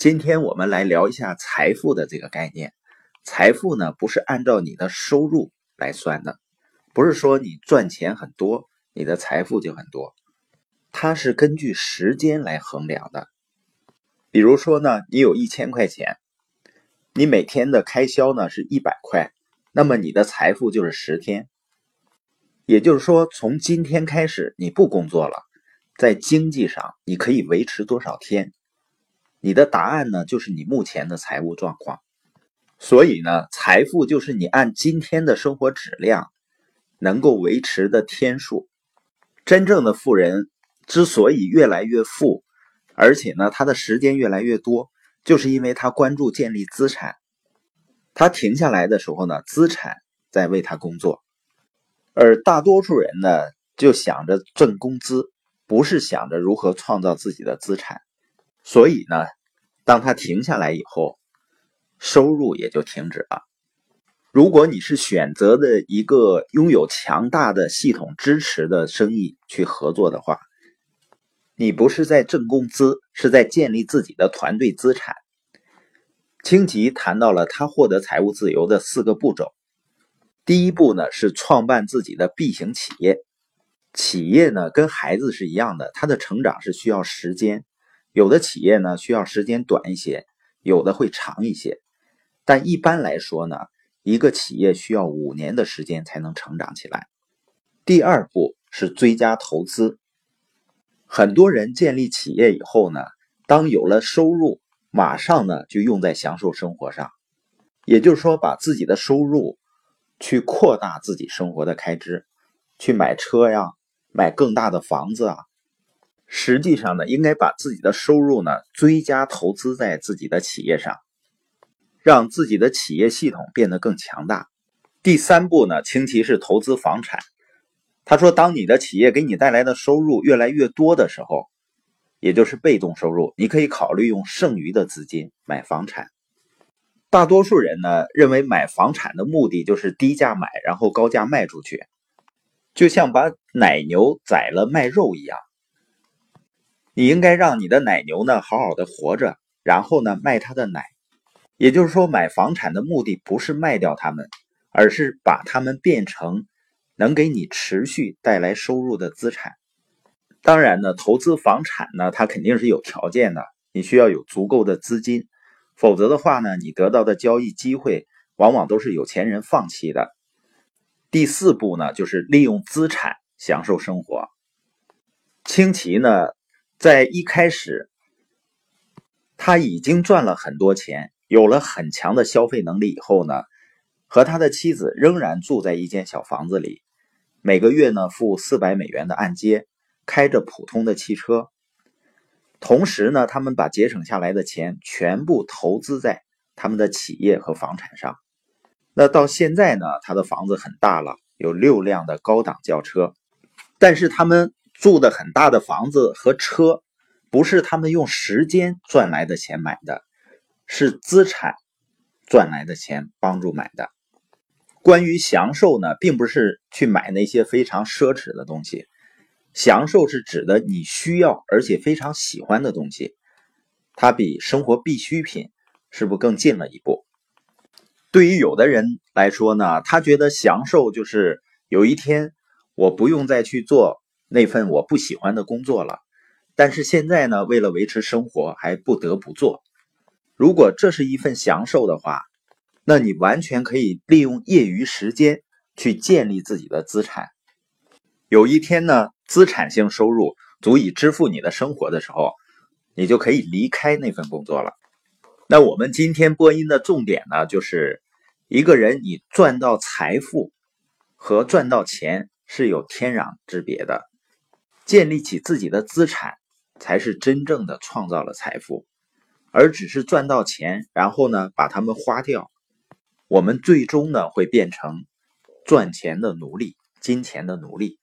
今天我们来聊一下财富的这个概念。财富呢，不是按照你的收入来算的，不是说你赚钱很多，你的财富就很多，它是根据时间来衡量的。比如说呢，你有1000块钱，你每天的开销呢是100块，那么你的财富就是10天。也就是说，从今天开始你不工作了，在经济上你可以维持多少天？你的答案呢，就是你目前的财务状况。所以呢，财富就是你按今天的生活质量能够维持的天数。真正的富人之所以越来越富，而且呢，他的时间越来越多，就是因为他关注建立资产。他停下来的时候呢，资产在为他工作。而大多数人呢，就想着挣工资，不是想着如何创造自己的资产。所以呢，当他停下来以后，收入也就停止了。如果你是选择的一个拥有强大的系统支持的生意去合作的话，你不是在挣工资，是在建立自己的团队资产。清吉谈到了他获得财务自由的4个步骤。第一步呢，是创办自己的 B 型企业。企业呢，跟孩子是一样的，它的成长是需要时间。有的企业呢，需要时间短一些，有的会长一些。但一般来说呢，一个企业需要5年的时间才能成长起来。第二步是追加投资。很多人建立企业以后呢，当有了收入，马上呢就用在享受生活上。也就是说，把自己的收入去扩大自己生活的开支，去买车呀，买更大的房子啊。实际上呢，应该把自己的收入呢追加投资在自己的企业上，让自己的企业系统变得更强大。第三步呢，清奇是投资房产。他说，当你的企业给你带来的收入越来越多的时候，也就是被动收入，你可以考虑用剩余的资金买房产。大多数人呢，认为买房产的目的就是低价买，然后高价卖出去，就像把奶牛宰了卖肉一样。你应该让你的奶牛呢好好的活着，然后呢卖它的奶。也就是说，买房产的目的不是卖掉它们，而是把它们变成能给你持续带来收入的资产。当然呢，投资房产呢，它肯定是有条件的，你需要有足够的资金，否则的话呢，你得到的交易机会往往都是有钱人放弃的。第4步呢，就是利用资产享受生活。清奇呢，在一开始他已经赚了很多钱，有了很强的消费能力以后呢，和他的妻子仍然住在一间小房子里，每个月呢付400美元的按揭，开着普通的汽车。同时呢，他们把节省下来的钱全部投资在他们的企业和房产上。那到现在呢，他的房子很大了，有6辆的高档轿车。但是他们住的很大的房子和车，不是他们用时间赚来的钱买的，是资产赚来的钱帮助买的。关于享受呢，并不是去买那些非常奢侈的东西，享受是指的你需要而且非常喜欢的东西，它比生活必需品是不是更近了一步？对于有的人来说呢，他觉得享受就是有一天我不用再去做那份我不喜欢的工作了，但是现在呢，为了维持生活还不得不做。如果这是一份享受的话，那你完全可以利用业余时间去建立自己的资产。有一天呢，资产性收入足以支付你的生活的时候，你就可以离开那份工作了。那我们今天播音的重点呢，就是一个人你赚到财富和赚到钱是有天壤之别的。建立起自己的资产才是真正的创造了财富，而只是赚到钱，然后呢把它们花掉，我们最终呢会变成赚钱的奴隶，金钱的奴隶。